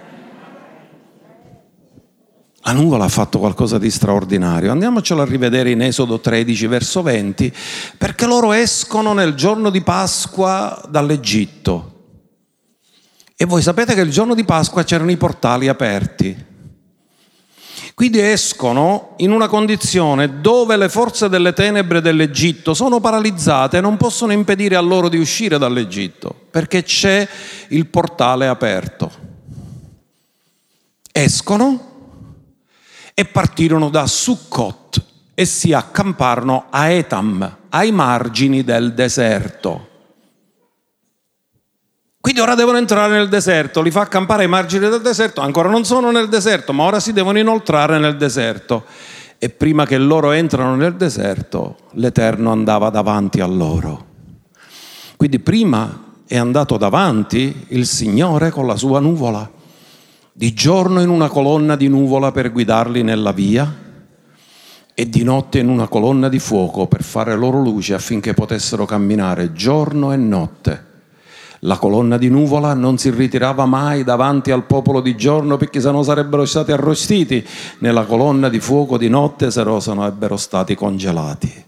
[SPEAKER 1] La nuvola ha fatto qualcosa di straordinario. Andiamocelo a rivedere in Esodo 13, verso 20, perché loro escono nel giorno di Pasqua dall'Egitto. E voi sapete che il giorno di Pasqua c'erano i portali aperti. Quindi escono in una condizione dove le forze delle tenebre dell'Egitto sono paralizzate e non possono impedire a loro di uscire dall'Egitto, perché c'è il portale aperto. escono e partirono da Succot e si accamparono a Etam, ai margini del deserto. Quindi ora devono entrare nel deserto, li fa accampare ai margini del deserto, ancora non sono nel deserto, ma ora si devono inoltrare nel deserto. E prima che loro entrano nel deserto, l'Eterno andava davanti a loro. Quindi prima è andato davanti il Signore con la sua nuvola, di giorno in una colonna di nuvola per guidarli nella via e di notte in una colonna di fuoco per fare loro luce affinché potessero camminare giorno e notte. La colonna di nuvola non si ritirava mai davanti al popolo di giorno perché sennò sarebbero stati arrostiti. Nella colonna di fuoco di notte sarebbero stati congelati.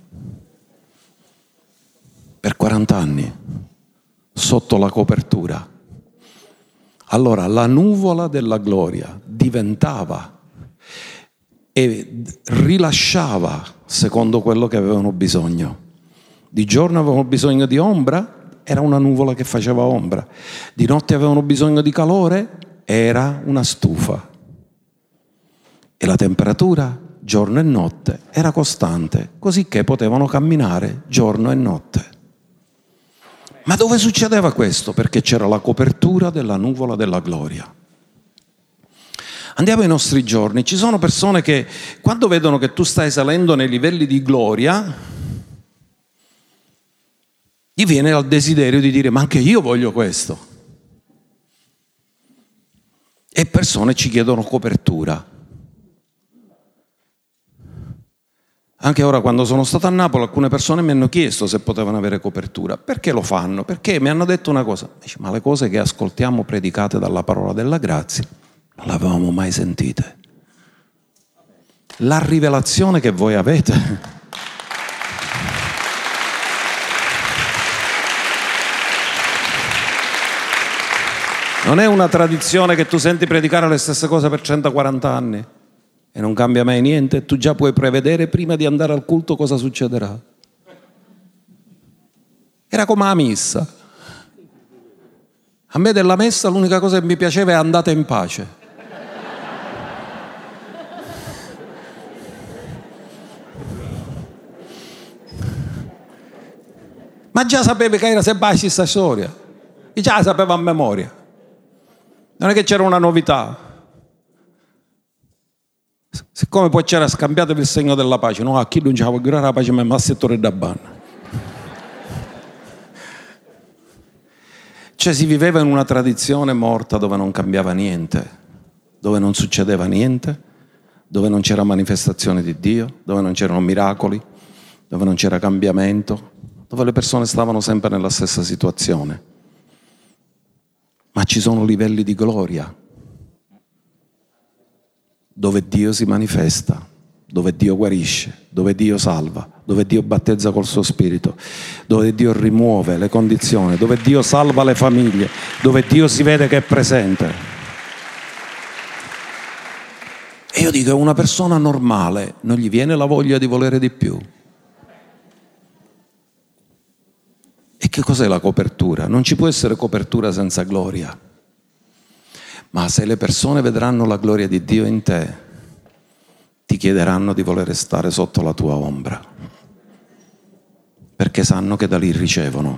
[SPEAKER 1] Per 40 anni, sotto la copertura. Allora la nuvola della gloria diventava e rilasciava secondo quello che avevano bisogno. Di giorno avevano bisogno di ombra, era una nuvola che faceva ombra. Di notte avevano bisogno di calore, era una stufa. E la temperatura, giorno e notte, era costante, così che potevano camminare giorno e notte. Ma dove succedeva questo? Perché c'era la copertura della nuvola della gloria. Andiamo ai nostri giorni. Ci sono persone che, quando vedono che tu stai salendo nei livelli di gloria, gli viene il desiderio di dire: ma anche io voglio questo. E persone ci chiedono copertura. Anche ora, quando sono stato a Napoli, alcune persone mi hanno chiesto se potevano avere copertura. Perché lo fanno? Perché mi hanno detto una cosa: dice, ma le cose che ascoltiamo predicate dalla parola della grazia non le avevamo mai sentite. La rivelazione che voi avete non è una tradizione che tu senti predicare le stesse cose per 140 anni e non cambia mai niente. Tu già puoi prevedere prima di andare al culto cosa succederà. Era come la messa. A me della messa l'unica cosa che mi piaceva è andate in pace. Ma già sapevi che era sempre questa storia. E già la sapevo a memoria. Non è che c'era una novità. Siccome poi c'era scambiato il segno della pace, no, a chi non c'era augurare la pace, ma al settore da banna. Cioè si viveva in una tradizione morta dove non cambiava niente, dove non succedeva niente, dove non c'era manifestazione di Dio, dove non c'erano miracoli, dove non c'era cambiamento, dove le persone stavano sempre nella stessa situazione. Ma ci sono livelli di gloria, dove Dio si manifesta, dove Dio guarisce, dove Dio salva, dove Dio battezza col suo spirito, dove Dio rimuove le condizioni, dove Dio salva le famiglie, dove Dio si vede che è presente. E io dico, a una persona normale non gli viene la voglia di volere di più. E che cos'è la copertura? Non ci può essere copertura senza gloria. Ma se le persone vedranno la gloria di Dio in te, ti chiederanno di voler stare sotto la tua ombra, perché sanno che da lì ricevono.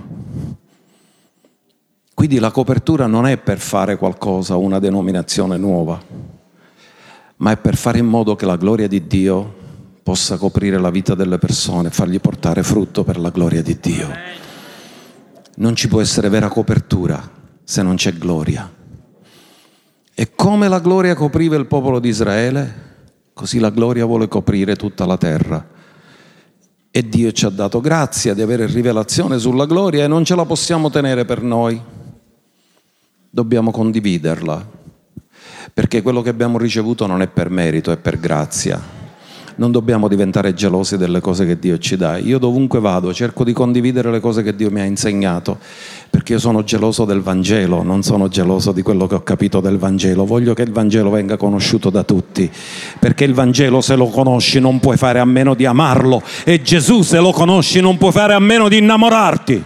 [SPEAKER 1] Quindi la copertura non è per fare qualcosa, una denominazione nuova, ma è per fare in modo che la gloria di Dio possa coprire la vita delle persone e fargli portare frutto per la gloria di Dio. Non ci può essere vera copertura se non c'è gloria. E come la gloria copriva il popolo di Israele, così la gloria vuole coprire tutta la terra. E Dio ci ha dato grazia di avere rivelazione sulla gloria e non ce la possiamo tenere per noi. Dobbiamo condividerla, perché quello che abbiamo ricevuto non è per merito, è per grazia. Non dobbiamo diventare gelosi delle cose che Dio ci dà. Io dovunque vado cerco di condividere le cose che Dio mi ha insegnato, perché io sono geloso del Vangelo, non sono geloso di quello che ho capito del Vangelo. Voglio che il Vangelo venga conosciuto da tutti, perché il Vangelo, se lo conosci, non puoi fare a meno di amarlo, e Gesù, se lo conosci, non puoi fare a meno di innamorarti.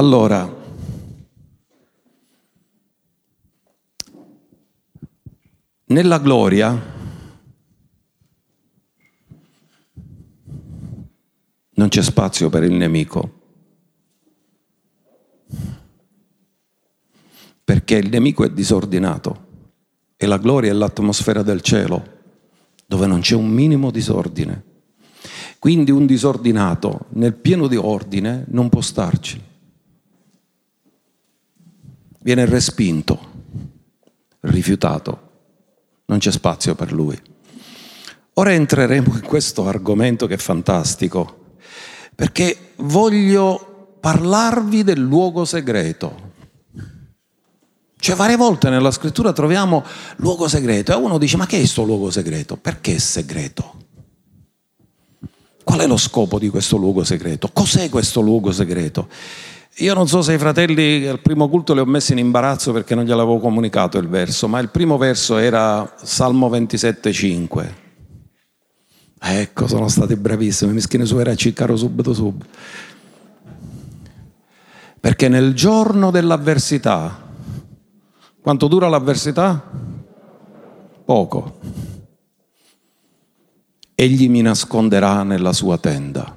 [SPEAKER 1] Allora, nella gloria non c'è spazio per il nemico, perché il nemico è disordinato e la gloria è l'atmosfera del cielo, dove non c'è un minimo disordine. Quindi un disordinato nel pieno di ordine non può starci. Viene respinto, rifiutato, non c'è spazio per lui. Ora entreremo in questo argomento che è fantastico, perché voglio parlarvi del luogo segreto. Cioè varie volte nella scrittura troviamo luogo segreto e uno dice: ma che è questo luogo segreto? Perché è segreto? Qual è lo scopo di questo luogo segreto? Cos'è questo luogo segreto? Io non so se i fratelli al primo culto li ho messi in imbarazzo perché non gliel'avevo comunicato il verso, ma il primo verso era Salmo 27,5. Ecco, sono stati bravissimi, mi scrivono su era ciccaro subito. Perché nel giorno dell'avversità, quanto dura l'avversità? Poco. Egli mi nasconderà nella sua tenda.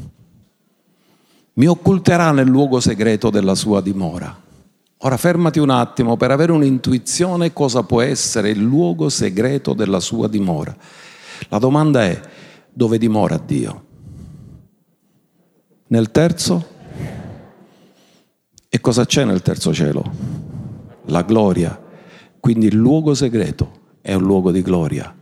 [SPEAKER 1] Mi occulterà nel luogo segreto della sua dimora. Ora fermati un attimo per avere un'intuizione cosa può essere il luogo segreto della sua dimora. La domanda è: dove dimora Dio? Nel terzo? E cosa c'è nel terzo cielo? La gloria. Quindi il luogo segreto è un luogo di gloria.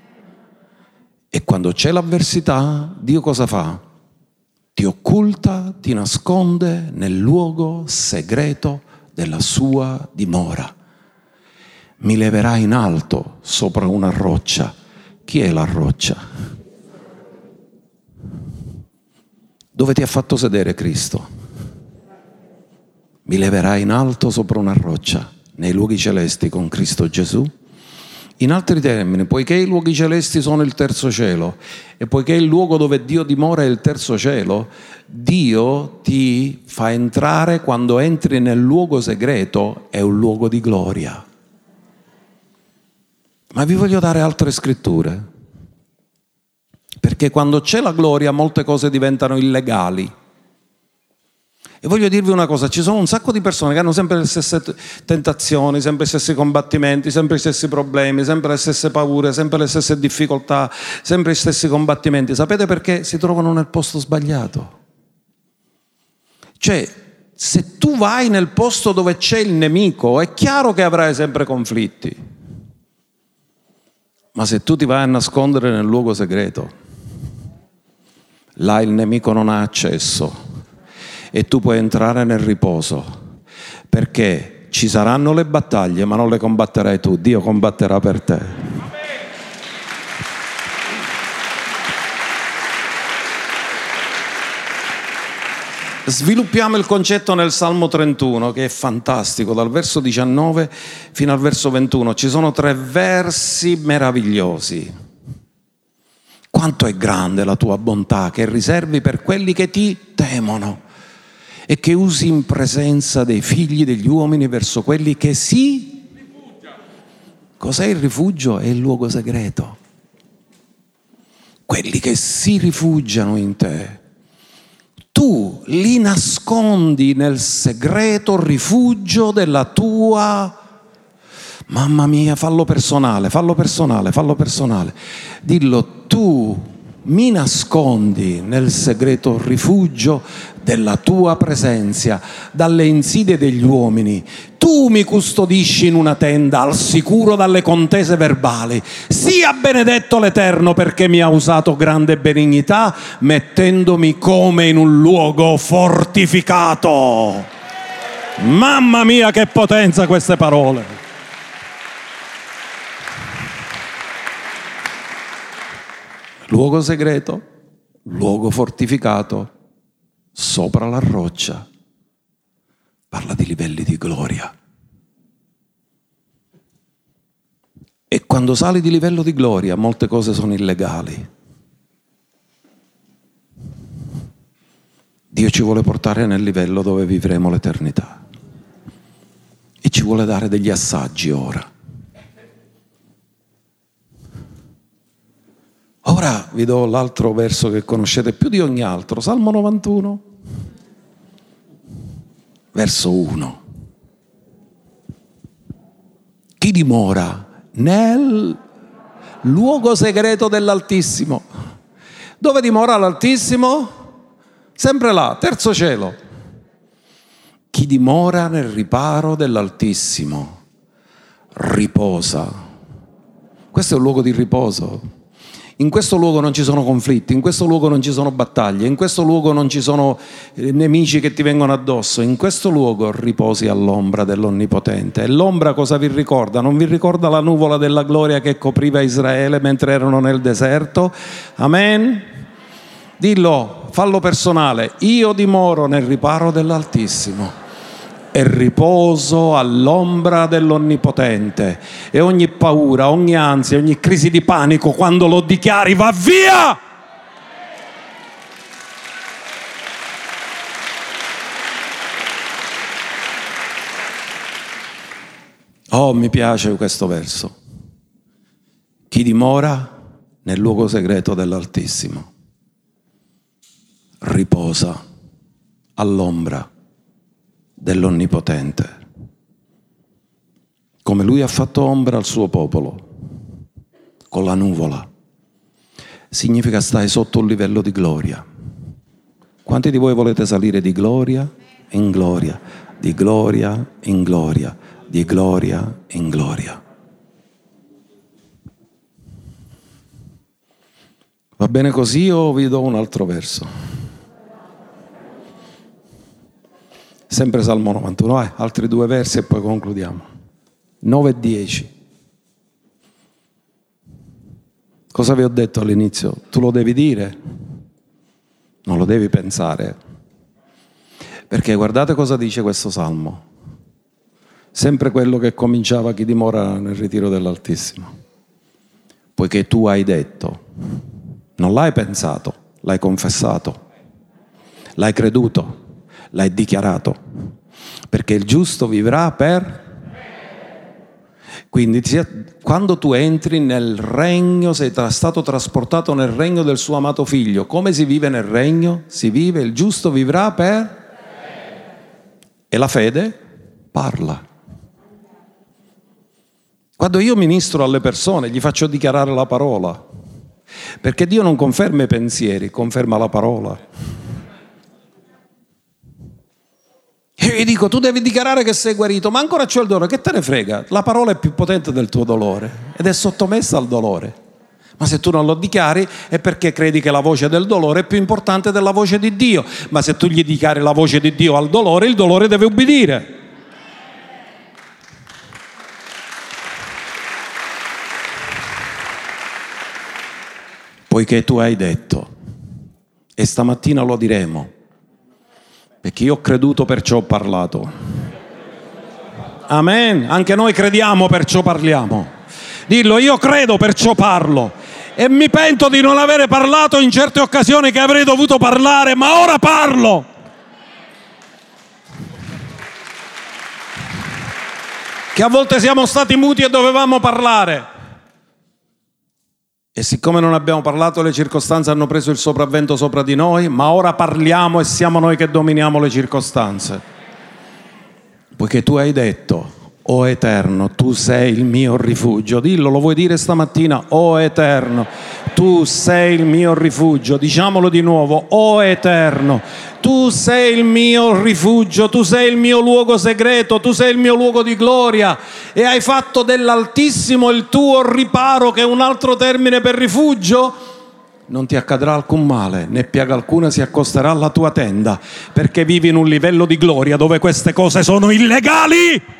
[SPEAKER 1] E quando c'è l'avversità, Dio cosa fa? Ti occulta, ti nasconde nel luogo segreto della sua dimora. Mi leverà in alto sopra una roccia. Chi è la roccia? Dove ti ha fatto sedere Cristo? Mi leverà in alto sopra una roccia, nei luoghi celesti con Cristo Gesù. In altri termini, poiché i luoghi celesti sono il terzo cielo e poiché il luogo dove Dio dimora è il terzo cielo, Dio ti fa entrare, quando entri nel luogo segreto, è un luogo di gloria. Ma vi voglio dare altre scritture, perché quando c'è la gloria molte cose diventano illegali. E voglio dirvi una cosa: ci sono un sacco di persone che hanno sempre le stesse tentazioni, sempre gli stessi combattimenti, sempre gli stessi problemi, sempre le stesse paure, sempre le stesse difficoltà, sempre gli stessi combattimenti. Sapete perché? Si trovano nel posto sbagliato. Cioè, se tu vai nel posto dove c'è il nemico, è chiaro che avrai sempre conflitti. Ma se tu ti vai a nascondere nel luogo segreto, là il nemico non ha accesso. E tu puoi entrare nel riposo, perché ci saranno le battaglie, ma non le combatterai tu, Dio combatterà per te. Sviluppiamo il concetto nel Salmo 31, che è fantastico, dal verso 19 fino al verso 21. Ci sono 3 versi meravigliosi. Quanto è grande la tua bontà che riservi per quelli che ti temono e che usi in presenza dei figli degli uomini verso quelli che si rifugiano. Cos'è il rifugio? È il luogo segreto. Quelli che si rifugiano in te, tu li nascondi nel segreto rifugio della tua... Mamma mia, fallo personale. Dillo: tu mi nascondi nel segreto rifugio della tua presenza dalle insidie degli uomini. Tu mi custodisci in una tenda al sicuro dalle contese verbali. Sia benedetto l'Eterno, perché mi ha usato grande benignità, mettendomi come in un luogo fortificato. Mamma mia, che potenza queste parole! Luogo segreto, luogo fortificato, sopra la roccia. Parla di livelli di gloria. E quando sali di livello di gloria, molte cose sono illegali. Dio ci vuole portare nel livello dove vivremo l'eternità e ci vuole dare degli assaggi ora. Ora vi do l'altro verso che conoscete più di ogni altro, Salmo 91, verso 1. Chi dimora nel luogo segreto dell'Altissimo? Dove dimora l'Altissimo? Sempre là, terzo cielo. Chi dimora nel riparo dell'Altissimo riposa. Questo è un luogo di riposo. In questo luogo non ci sono conflitti, in questo luogo non ci sono battaglie, in questo luogo non ci sono nemici che ti vengono addosso, in questo luogo riposi all'ombra dell'Onnipotente. E l'ombra cosa vi ricorda? Non vi ricorda la nuvola della gloria che copriva Israele mentre erano nel deserto? Amen? Dillo, fallo personale, io dimoro nel riparo dell'Altissimo e riposo all'ombra dell'Onnipotente, e ogni paura, ogni ansia, ogni crisi di panico, quando lo dichiari, va via! Oh, mi piace questo verso. Chi dimora nel luogo segreto dell'Altissimo riposa all'ombra dell'Onnipotente, come Lui ha fatto ombra al suo popolo con la nuvola. Significa stai sotto un livello di gloria. Quanti di voi volete salire di gloria in gloria, di gloria in gloria, di gloria in gloria? Va bene così o vi do un altro verso? Sempre Salmo 91, altri due versi e poi concludiamo. 9 e 10. Cosa vi ho detto all'inizio? Tu lo devi dire, non lo devi pensare. Perché guardate cosa dice questo Salmo. Sempre quello che cominciava chi dimora nel ritiro dell'Altissimo. Poiché tu hai detto, non l'hai pensato, l'hai confessato, l'hai creduto, l'hai dichiarato, perché il giusto vivrà per... Quindi quando tu entri nel regno, sei stato trasportato nel regno del suo amato figlio. Come si vive nel regno? Si vive, il giusto vivrà per... E la fede parla. Quando io ministro alle persone gli faccio dichiarare la parola, perché Dio non conferma i pensieri, conferma la parola. E gli dico, tu devi dichiarare che sei guarito, ma ancora c'ho il dolore, che te ne frega? La parola è più potente del tuo dolore ed è sottomessa al dolore. Ma se tu non lo dichiari è perché credi che la voce del dolore è più importante della voce di Dio. Ma se tu gli dichiari la voce di Dio al dolore, il dolore deve ubbidire. Poiché tu hai detto, e stamattina lo diremo, perché io ho creduto, perciò ho parlato. Amen. Anche noi crediamo, perciò parliamo. Dillo, io credo, perciò parlo. E mi pento di non avere parlato in certe occasioni che avrei dovuto parlare, ma ora parlo. Che a volte siamo stati muti e dovevamo parlare. E siccome non abbiamo parlato, le circostanze hanno preso il sopravvento sopra di noi, ma ora parliamo e siamo noi che dominiamo le circostanze. Poiché tu hai detto, o Eterno, tu sei il mio rifugio. Dillo, lo vuoi dire stamattina? O Eterno, tu sei il mio rifugio. Diciamolo di nuovo, o Eterno, tu sei il mio rifugio, tu sei il mio luogo segreto, tu sei il mio luogo di gloria, e hai fatto dell'Altissimo il tuo riparo, che è un altro termine per rifugio. Non ti accadrà alcun male, né piaga alcuna si accosterà alla tua tenda, perché vivi in un livello di gloria dove queste cose sono illegali.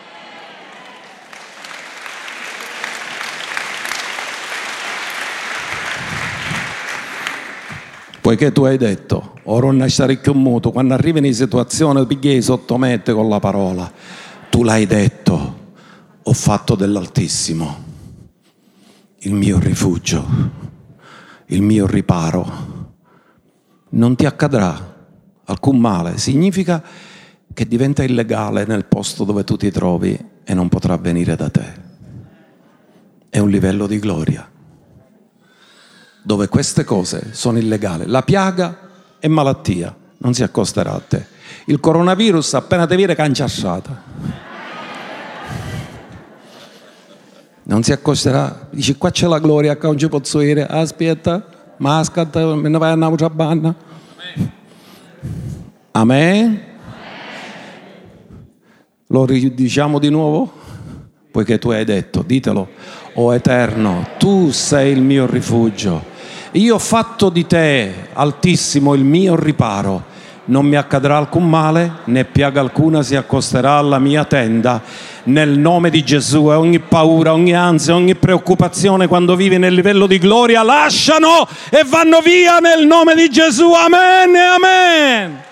[SPEAKER 1] Poiché tu hai detto, ora non stare più muto, quando arrivi in situazione pigli sottomette con la parola, tu l'hai detto, ho fatto dell'Altissimo il mio rifugio, il mio riparo. Non ti accadrà alcun male, significa che diventa illegale nel posto dove tu ti trovi e non potrà venire da te. È un livello di gloria, dove queste cose sono illegali. La piaga è malattia, non si accosterà a te. Il coronavirus appena ti viene canciassata. Non si accosterà. Dici, qua c'è la gloria, qua non ci posso dire. Aspetta, mascata, me ne vai a un'altra banda. Amen. Lo ridiciamo di nuovo? Poiché tu hai detto, ditelo, o Eterno, tu sei il mio rifugio. Io ho fatto di te, Altissimo, il mio riparo. Non mi accadrà alcun male, né piaga alcuna si accosterà alla mia tenda. Nel nome di Gesù, e ogni paura, ogni ansia, ogni preoccupazione, quando vivi nel livello di gloria, lasciano e vanno via nel nome di Gesù. Amen e amen.